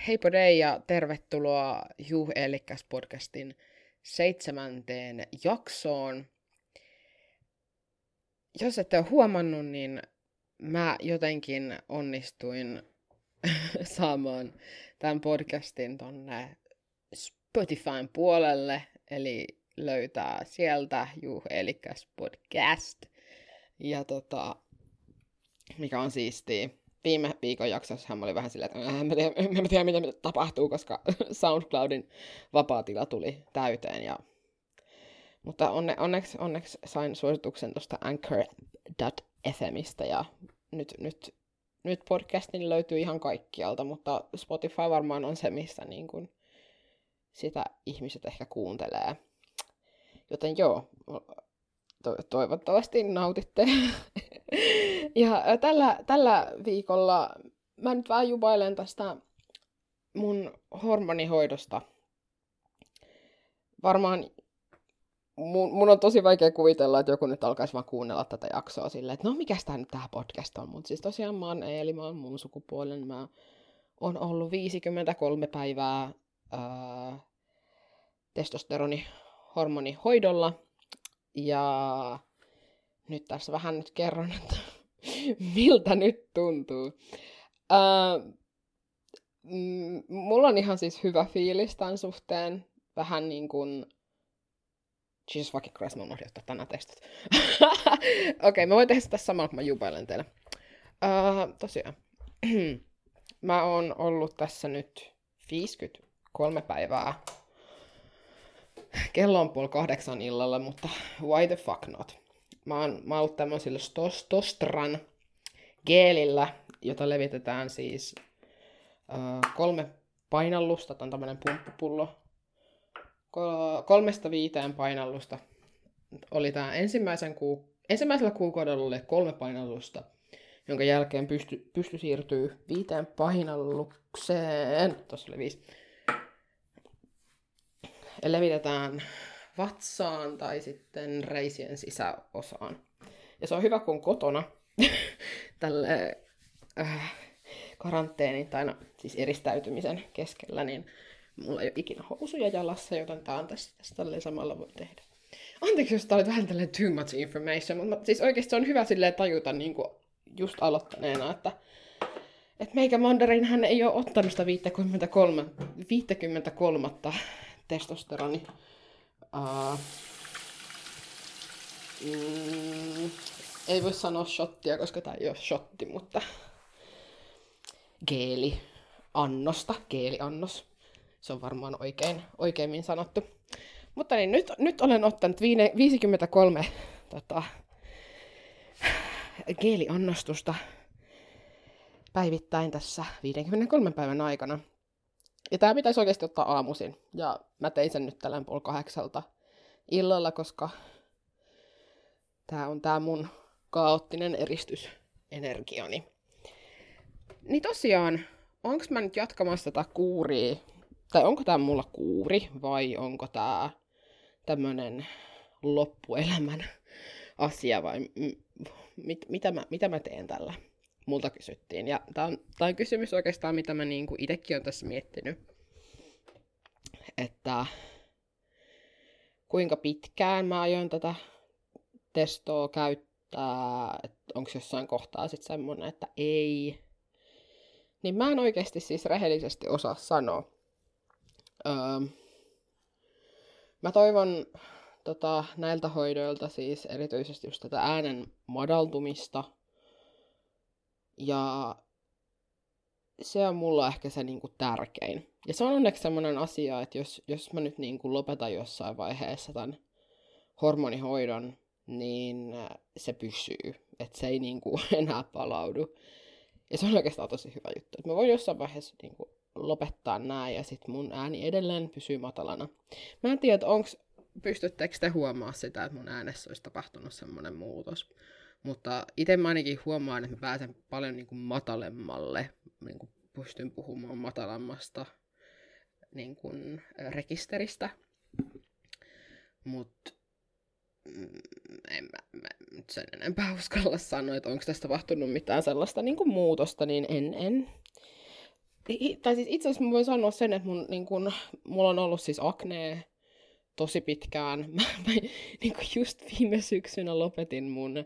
Heipodei ja tervetuloa Juh Eelikäs podcastin 7. jaksoon. Jos ette ole huomannut, niin mä jotenkin onnistuin saamaan tämän podcastin tonne Spotifyn puolelle, eli löytää sieltä Juh Eelikäs podcast. Ja mikä on siistiä. Viime viikon jaksossahan mä olin vähän silleen, että en tiedä mitä tapahtuu, koska SoundCloudin vapaatila tuli täyteen. Mutta onneksi sain suosituksen tuosta Anchor.fmistä ja nyt podcastin löytyy ihan kaikkialta, mutta Spotify varmaan on se, missä niin kun sitä ihmiset ehkä kuuntelee. Joten joo, toivottavasti nautitte. Ja tällä viikolla mä nyt vähän jubailen tästä mun hormonihoidosta. Varmaan mun on tosi vaikea kuvitella, että joku nyt alkaisi vaan kuunnella tätä jaksoa silleen, että no mikäs tää nyt tää podcast on. Mutta siis tosiaan mä oon Eeli, mä oon mun sukupuolen. Mä oon ollut 53 päivää testosteronihormonihoidolla. Ja nyt tässä vähän nyt kerron, että miltä nyt tuntuu. Mulla on ihan siis hyvä fiilis tämän suhteen. Vähän niin kuin Jesus fucking Christ, mä unohdin ottaa tänään testit. Okei, mä voin tehdä sitä samalla, kun mä jubailen teille. Tosiaan. Mä oon ollut tässä nyt 53 päivää. Kello on 7:30 illalla, mutta why the fuck not? Mä oon ollut tämmöisillä Stostran geelillä, jota levitetään siis 3 painallusta. Tää on tämmönen pumppupullo. 3-5 painallusta. Oli tää ensimmäisellä kuukaudella oli 3 painallusta, jonka jälkeen pysty siirtyy 5 painallukseen. Tossa oli 5. Levitetään vatsaan tai sitten reisien sisäosaan. Ja se on hyvä, kun kotona tälle karanteenin tai siis eristäytymisen keskellä, niin mulla ei ole ikinä housuja jalassa, joten tää on tässä tälleen samalla voi tehdä. Anteeksi, jos tää oli vähän tälleen too much information, mutta siis oikeesti se on hyvä silleen tajuta niinku just aloittaneena, että meikä Mandarin ei ole ottanut sitä 53 testosteroni. Ei voi sanoa shottia, koska tää ei ole shotti, mutta geeliannos. Se on varmaan oikeimmin sanottu. Mutta niin, nyt olen ottanut 53 geeliannostusta päivittäin tässä 53 päivän aikana. Ja tää pitäisi oikeasti ottaa aamuisin. Ja mä tein sen nyt tällä 7:30 illalla, koska tää on tää mun kaoottinen eristysenergiani. Niin tosiaan, onko mä nyt jatkamassa tätä kuuria, tai onko tää mulla kuuri, vai onko tää tämmönen loppuelämän asia, vai mitä mä teen tällä? Multa kysyttiin. Ja tää on kysymys oikeastaan, mitä mä niinku itekin on tässä miettinyt. Että kuinka pitkään mä aion tätä testoa käyttää, että onko jossain kohtaa sit semmonen, että ei. Niin mä en oikeasti siis rehellisesti osaa sanoa. Mä toivon näiltä hoidoilta siis erityisesti just tätä äänen madaltumista. Ja se on mulla ehkä se niinku tärkein. Ja se on onneksi semmoinen asia, että jos mä nyt niinku lopetan jossain vaiheessa tämän hormonihoidon, niin se pysyy. Että se ei niinku enää palaudu. Ja se on oikeastaan tosi hyvä juttu. Että mä voin jossain vaiheessa niinku lopettaa nää ja sit mun ääni edelleen pysyy matalana. Mä en tiedä, pystyttekö te huomaa sitä, että mun äänessä olisi tapahtunut semmoinen muutos. Mutta itse mä ainakin huomaan, että mä pääsen paljon niinku matalemmalle. Niinku pystyn puhumaan matalammasta niinku rekisteristä. Mutta en mä nyt sen enempää uskalla sanoa, että onko tässä tapahtunut mitään sellaista niinku muutosta, niin en. Tai siis itse asiassa mä voin sanoa sen, että mulla on ollut siis aknea tosi pitkään. Mä niin kuin just viime syksynä lopetin mun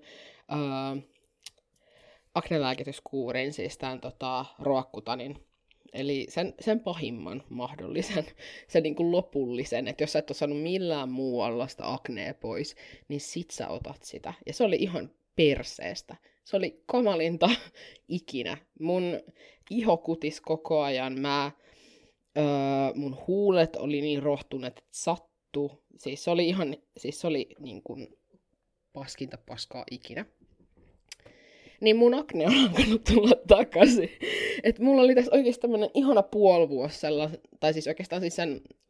aknelääkityskuurin, siis tämän Roakkutanin. Eli sen pahimman mahdollisen, sen niin kuin lopullisen, että jos sä et ole saanut millään muualla sitä aknea pois, niin sit sä otat sitä. Ja se oli ihan perseestä. Se oli kamalinta ikinä. Mun iho kutis koko ajan. Mun huulet oli niin rohtuneet, että sattu. Siis se oli niin kuin paskinta paskaa ikinä. Niin mun akne on alkanut tulla takaisin. Et mulla oli tässä oikeasti tämmönen ihana puolivuosi tai siis oikeastaan siis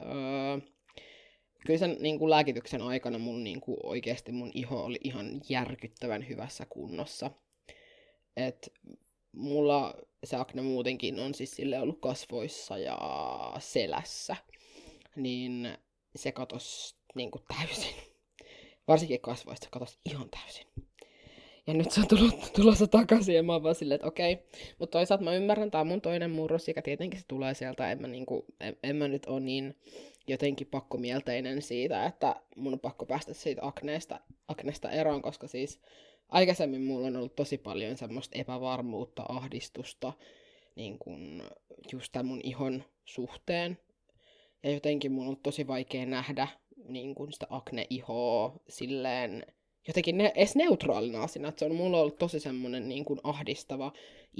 kyllä sen niin kuin lääkityksen aikana oikeasti mun iho oli ihan järkyttävän hyvässä kunnossa. Et mulla se akne muutenkin on siis sille ollut kasvoissa ja selässä. Niin se katosi niin kuin täysin. Varsinkin kasvoista se katosi ihan täysin. Ja nyt se on tulossa takaisin ja mä oon vaan silleen, että okei. Mutta toisaalta mä ymmärrän, tää on mun toinen murros, ja tietenkin se tulee sieltä. En mä nyt ole niin jotenkin pakkomielteinen siitä, että mun on pakko päästä siitä akneesta eroon, koska siis aikaisemmin mulla on ollut tosi paljon semmoista epävarmuutta, ahdistusta, niin kun just tämän mun ihon suhteen. Ja jotenkin mun on ollut tosi vaikea nähdä niin kun sitä akne-ihoa silleen jotenkin edes neutraalina asiana, että se on mulla ollut tosi semmoinen niin kuin ahdistava,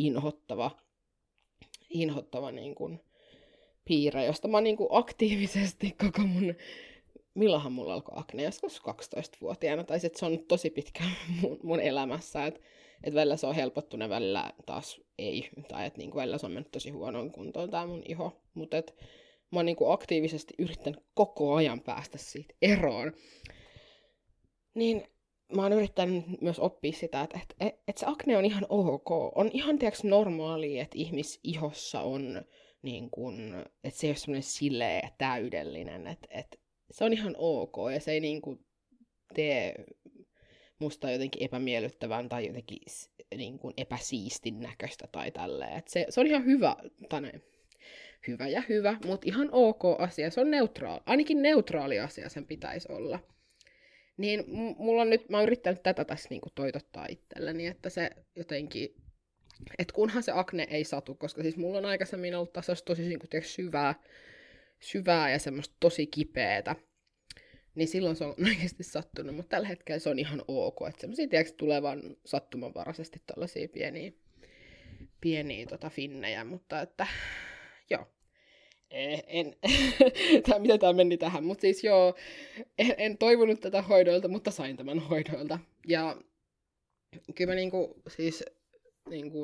inhottava niin kuin piirre, josta mä niin kuin aktiivisesti koko milloinhan mulla alkoi akne, joskus 12-vuotiaana, tai sitten se on tosi pitkään mun elämässä, että välillä se on helpottunut, välillä taas ei, tai että niin kuin välillä se on mennyt tosi huonoon kuntoon tää mun iho, mutta mä oon niin kuin aktiivisesti yrittänyt koko ajan päästä siitä eroon. Niin mä oon yrittänyt myös oppia sitä, että se akne on ihan ok. On ihan normaalia, että ihmisihossa on, niin kun, että se ei ole semmoinen sileä ja täydellinen. Että se on ihan ok ja se ei niin kun tee musta jotenkin epämiellyttävän tai jotenkin niin kun epäsiistin näköistä tai tälleen. Että se on ihan hyvä, hyvä, mutta ihan ok asia. Se on neutraali, ainakin neutraali asia sen pitäisi olla. Niin mä oon yrittänyt tätä tässä niinku toitottaa itselleni, että se jotenkin, että kunhan se akne ei satu, koska siis mulla on aikaisemmin ollut taas tosi niinku syvää ja semmoista tosi kipeätä, niin silloin se on oikeasti sattunut, mutta tällä hetkellä se on ihan ok, että semmosia tulee vaan sattumanvaraisesti tällaisia pieniä finnejä, mutta että joo. Tai mitä tää meni tähän, mutta siis joo, en toivonut tätä hoidoilta, mutta sain tämän hoidoilta. Ja kyllä mä niinku, siis niinku,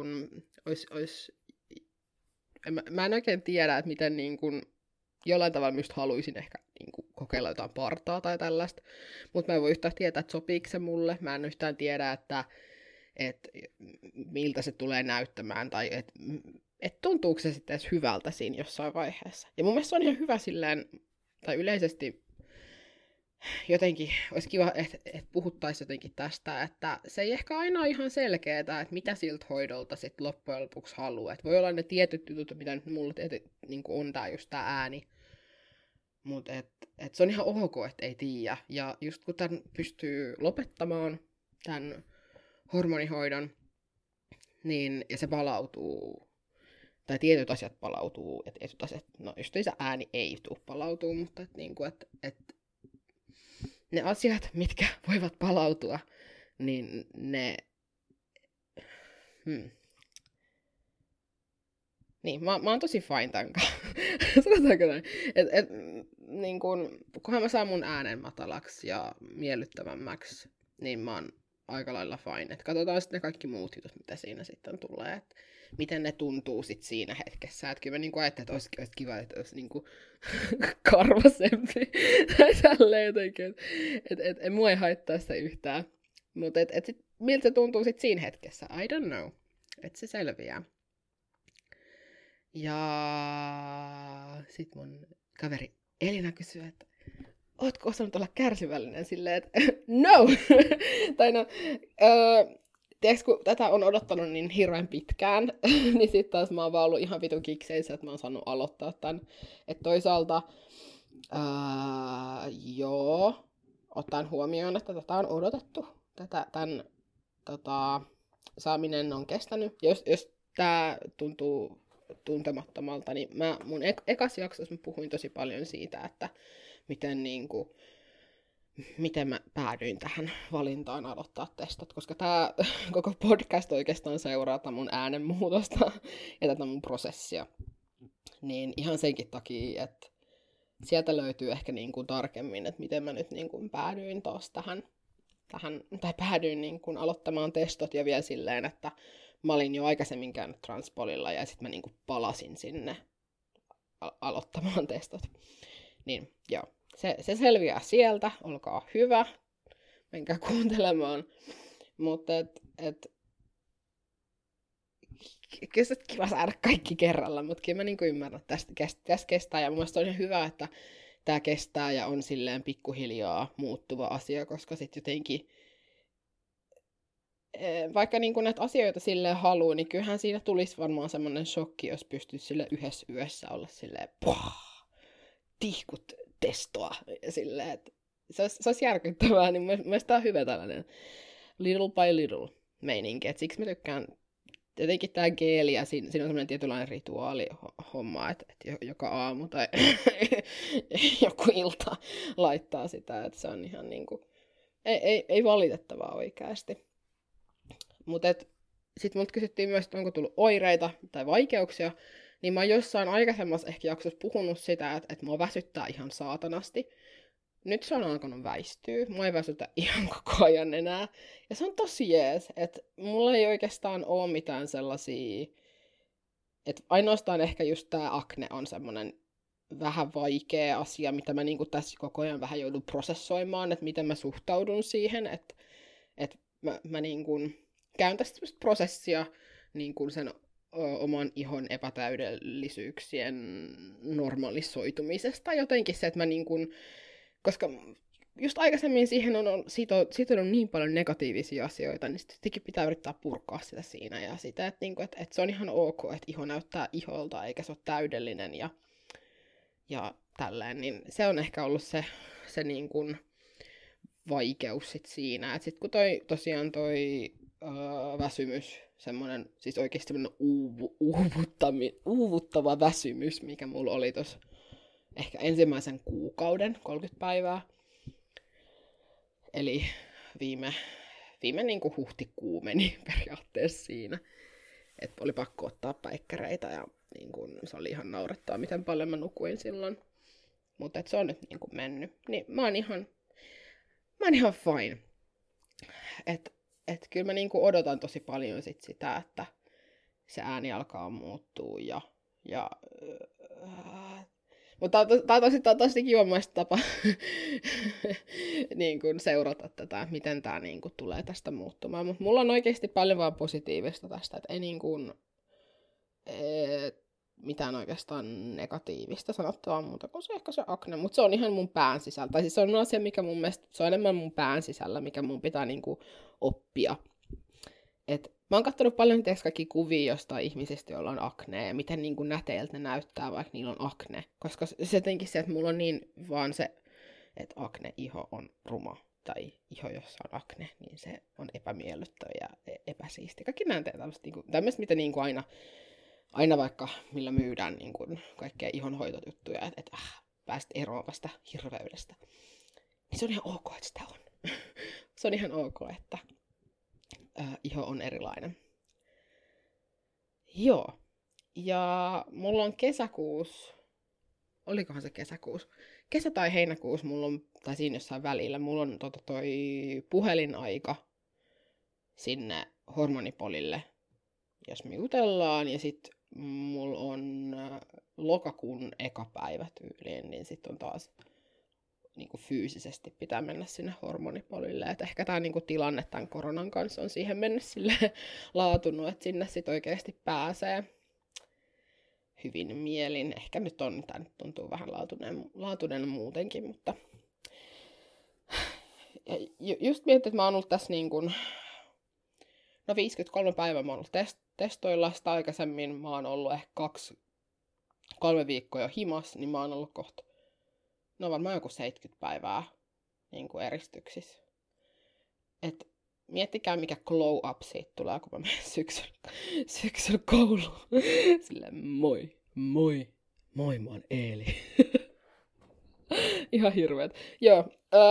mä en oikein tiedä, että miten niinku, jollain tavalla just haluaisin ehkä niinku, kokeilla jotain partaa tai tällaista, mutta mä en voi yhtään tietää, että sopiiko se mulle, mä en yhtään tiedä, että miltä se tulee näyttämään, tai että tuntuuko se sitten edes hyvältä siinä jossain vaiheessa. Ja mun mielestä se on ihan hyvä silleen, tai yleisesti jotenkin olisi kiva, että puhuttaisiin jotenkin tästä, että se ei ehkä aina ole ihan selkeää, että mitä siltä hoidolta sitten loppujen lopuksi haluaa. Että voi olla ne tietyt jutut, mitä nyt mulla niin on just tää ääni. Mutta se on ihan ok, että ei tiedä. Ja just kun tämän pystyy lopettamaan, tämän hormonihoidon, niin, ja se palautuu, tai tietyt asiat palautuu, että tietyt asiat, no just se ääni ei tule palautuu, mutta ne asiat, mitkä voivat palautua, niin ne, niin, mä oon tosi fine tämän kanssa. Sanotaanko näin? Niin kunhan mä saan mun äänen matalaksi ja miellyttävämmäksi, niin mä oon aika lailla fine. Et katsotaan sitten ne kaikki muut jutut, mitä siinä sitten tulee. Et miten ne tuntuu sit siinä hetkessä. Et kyllä mä niinku ajattelin, että olisi kiva, että olisi niinku karvasempi. Tai tälleen jotenkin. Et mua ei haittaa sitä yhtään. Mutta miltä se tuntuu sit siinä hetkessä? I don't know. Et se selviää. Ja sit mun kaveri Elina kysyy, että ootko osannut olla kärsivällinen silleen, että no! Tai no, tiedätkö, kun tätä on odottanut niin hirveän pitkään, niin sitten taas mä oon vaan ollut ihan vitun kikseissä, että mä oon saanut aloittaa tämän. Että toisaalta, joo, ottaen huomioon, että tätä on odotettu. Tämän saaminen on kestänyt. Jos tää tuntuu tuntemattomalta, niin mun ekas jaksossa mä puhuin tosi paljon siitä, että miten mä päädyin tähän valintaan aloittaa testat, koska tää koko podcast oikeastaan seuraa mun äänenmuutosta ja tätä mun prosessia. Niin ihan senkin takia, että sieltä löytyy ehkä tarkemmin, että miten mä nyt päädyin taas tähän tai päädyin aloittamaan testot ja vielä silleen, että mä olin jo aikaisemmin käynyt Transpolilla ja sitten mä palasin sinne aloittamaan testot. Niin joo, se selviää sieltä, olkaa hyvä, menkää kuuntelemaan. Mutta kyllä se kiva saada kaikki kerralla, mutta kyllä mä ymmärrän, että tästä kestää. Ja mun mielestä on ihan hyvä, että tää kestää ja on silleen pikkuhiljaa muuttuva asia, koska sit jotenkin vaikka näitä asioita silleen haluu, niin kyllähän siinä tulisi varmaan semmoinen shokki, jos pystyisi sille yhdessä yössä olla silleen tihkut testoa. Silleen, että se olisi järkyttävää, niin mielestäni tämä on hyvä tällainen little by little meininki. Et siksi mä tykkään jotenkin tää geeli ja siinä on semmoinen tietynlainen rituaalihomma, että joka aamu tai joku ilta laittaa sitä, että se on ihan ei valitettavaa oikeasti. Mutta sitten multa kysyttiin myös, että onko tullut oireita tai vaikeuksia, niin mä oon jossain aikaisemmassa ehkä jaksossa puhunut sitä, että mua väsyttää ihan saatanasti. Nyt se on alkanut väistyä, mua ei väsytä ihan koko ajan enää. Ja se on tosi jees, että mulla ei oikeastaan ole mitään sellaisia, että ainoastaan ehkä just tää akne on semmonen vähän vaikea asia, mitä mä tässä koko ajan vähän joudun prosessoimaan, että miten mä suhtaudun siihen, että mä käyn tästä prosessia sen oman ihon epätäydellisyyksien normalisoitumisesta. Jotenkin se, että mä koska just aikaisemmin siihen on sitonut niin paljon negatiivisia asioita, niin sittenkin pitää yrittää purkaa sitä siinä. Ja sitä, että se on ihan ok, että iho näyttää iholta, eikä se ole täydellinen ja tälleen. Niin se on ehkä ollut se vaikeus sit siinä. Että sit kun tosiaan toi väsymys, semmonen, siis oikeesti semmonen uuvuttava väsymys, mikä mulla oli tossa ehkä ensimmäisen kuukauden, 30 päivää. Eli viime huhtikuu meni periaatteessa siinä. Että oli pakko ottaa päikkäreitä ja se oli ihan naurettaa, miten paljon mä nukuin silloin. Mutta se on nyt mennyt. Niin mä oon ihan fine. Et kyllä mä odotan tosi paljon sitä, että se ääni alkaa muuttua mutta tää on tosi kiva mielestä tapa seurata tätä, miten tää tulee tästä muuttumaan. Mutta mulla on oikeasti paljon vaan positiivista tästä, että ei mitään oikeastaan negatiivista sanottavaa muuta kuin se ehkä se akne, mutta se on ihan mun pään sisällä. Tai siis se on asia, mikä mun mielestä, se on enemmän mun pään sisällä, mikä mun pitää oppia. Mä oon katsonut paljon kaikkia kuvia jostain ihmisistä, joilla on akne, ja miten näteiltä ne näyttää, vaikka niillä on akne. Koska se jotenkin se, että mulla on niin vaan se, että akne-iho on ruma, tai iho, jossa on akne, niin se on epämiellyttävä ja epäsiisti. Kaikki näyttää tämmöistä, mitä aina vaikka millä myydään kaikkea ihonhoitotuttuja, että päästä eroon vasta hirveydestä. Niin se on ihan ok, että sitä on. Se on ihan ok, että iho on erilainen. Joo. Ja mulla on kesäkuussa, olikohan se kesäkuussa? Kesä- tai heinäkuussa mulla on, tai siinä jossain välillä, mulla on toi puhelinaika sinne hormonipolille, jos me jutellaan, ja sit mulla on lokakuun eka päivä tyyliin, niin sit on taas fyysisesti pitää mennä sinne hormonipolille. Et ehkä tää tilanne tämän koronan kanssa on siihen mennessä silleen laatunut, että sinne sit oikeasti pääsee hyvin mielin. Ehkä nyt tää nyt tuntuu vähän laatuneen muutenkin, mutta ja just mietin, että mä oon ollut tässä No 53 päivää mä oon ollut testoilla, sitä aikaisemmin mä oon ollut ehkä 3 viikkoa jo himas, niin mä oon ollut kohta, no varmaan joku 70 päivää niin kuin eristyksissä. Et miettikää mikä glow up siitä tulee, kun mä menen syksyllä kouluun. Silleen moi, mä oon Eeli. Ihan hirveet. Joo,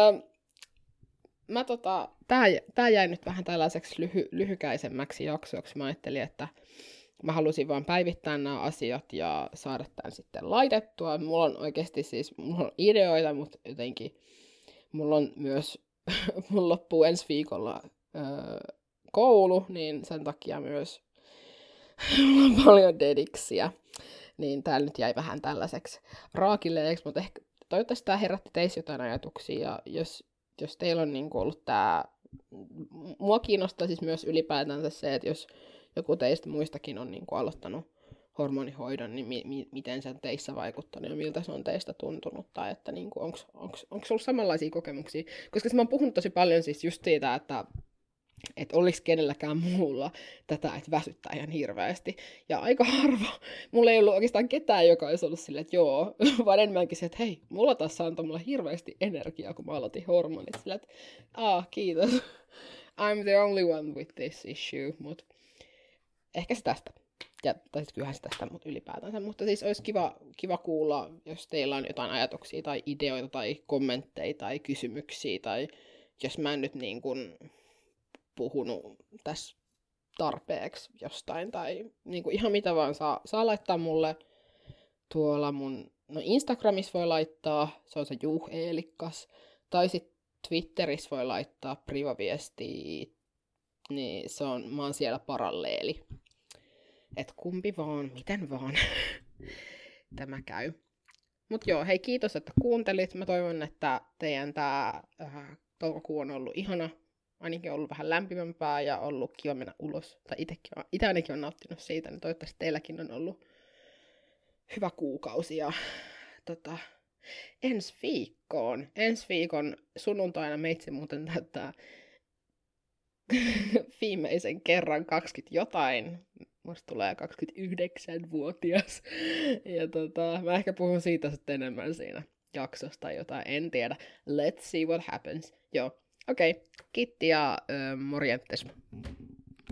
tää jäi nyt vähän tällaiseksi lyhykäisemmäksi jaksoksi. Mä ajattelin, että mä halusin vaan päivittää nämä asiat ja saada tämän sitten laitettua. Mulla on oikeasti siis, mulla on ideoita, mutta jotenkin mulla on myös, mulla loppuu ensi viikolla koulu, niin sen takia myös mulla on paljon dediksiä. Niin täällä nyt jäi vähän tällaiseksi raakileeksi, mutta ehkä toivottavasti tämä herätti teissä jotain ajatuksia. Ja jos teillä on niin ollut tämä, mua kiinnostaa siis myös ylipäätänsä se, että jos joku teistä muistakin on niin aloittanut hormonihoidon, niin miten se on teissä vaikuttanut ja miltä se on teistä tuntunut, tai että niin onko ollut samanlaisia kokemuksia. Koska mä oon puhunut tosi paljon siis just siitä, että olisi kenelläkään muulla tätä, että väsyttää ihan hirveästi. Ja aika harva, mulla ei ollut oikeastaan ketään, joka olisi ollut silleen, että joo, vaan enemmänkin se, että hei, mulla taas antoi mulle hirveästi energiaa, kun mä aloitin hormonit. Silleen, että kiitos, I'm the only one with this issue, mutta ehkä se tästä. Tai siis kyllähän se tästä, mutta ylipäätänsä. Mutta siis olisi kiva kuulla, jos teillä on jotain ajatuksia tai ideoita tai kommentteja tai kysymyksiä, tai jos mä en nyt niin kuin puhunut tässä tarpeeksi jostain, tai niin kuin ihan mitä vaan saa laittaa mulle tuolla mun, no Instagramissa voi laittaa, se on se Juh-Eelikkas, tai sitten Twitterissä voi laittaa privaviestiä, niin mä oon siellä paralleeli. Et kumpi vaan, miten vaan tämä käy. Mut joo, hei kiitos, että kuuntelit. Mä toivon, että teidän tää toukokuu on ollut ihana. Ainakin ollut vähän lämpimämpää ja ollut kiva mennä ulos. Tai itse ainakin on nauttinut siitä, niin toivottavasti teilläkin on ollut hyvä kuukausi. Ja ensi viikon sunnuntaina meitsi muuten täyttää viimeisen kerran 20 jotain. Musta tulee 29-vuotias. Ja mä ehkä puhun siitä sitten enemmän siinä jaksosta tai jotain, en tiedä. Let's see what happens. Joo, okei. Kiitti ja morjentes.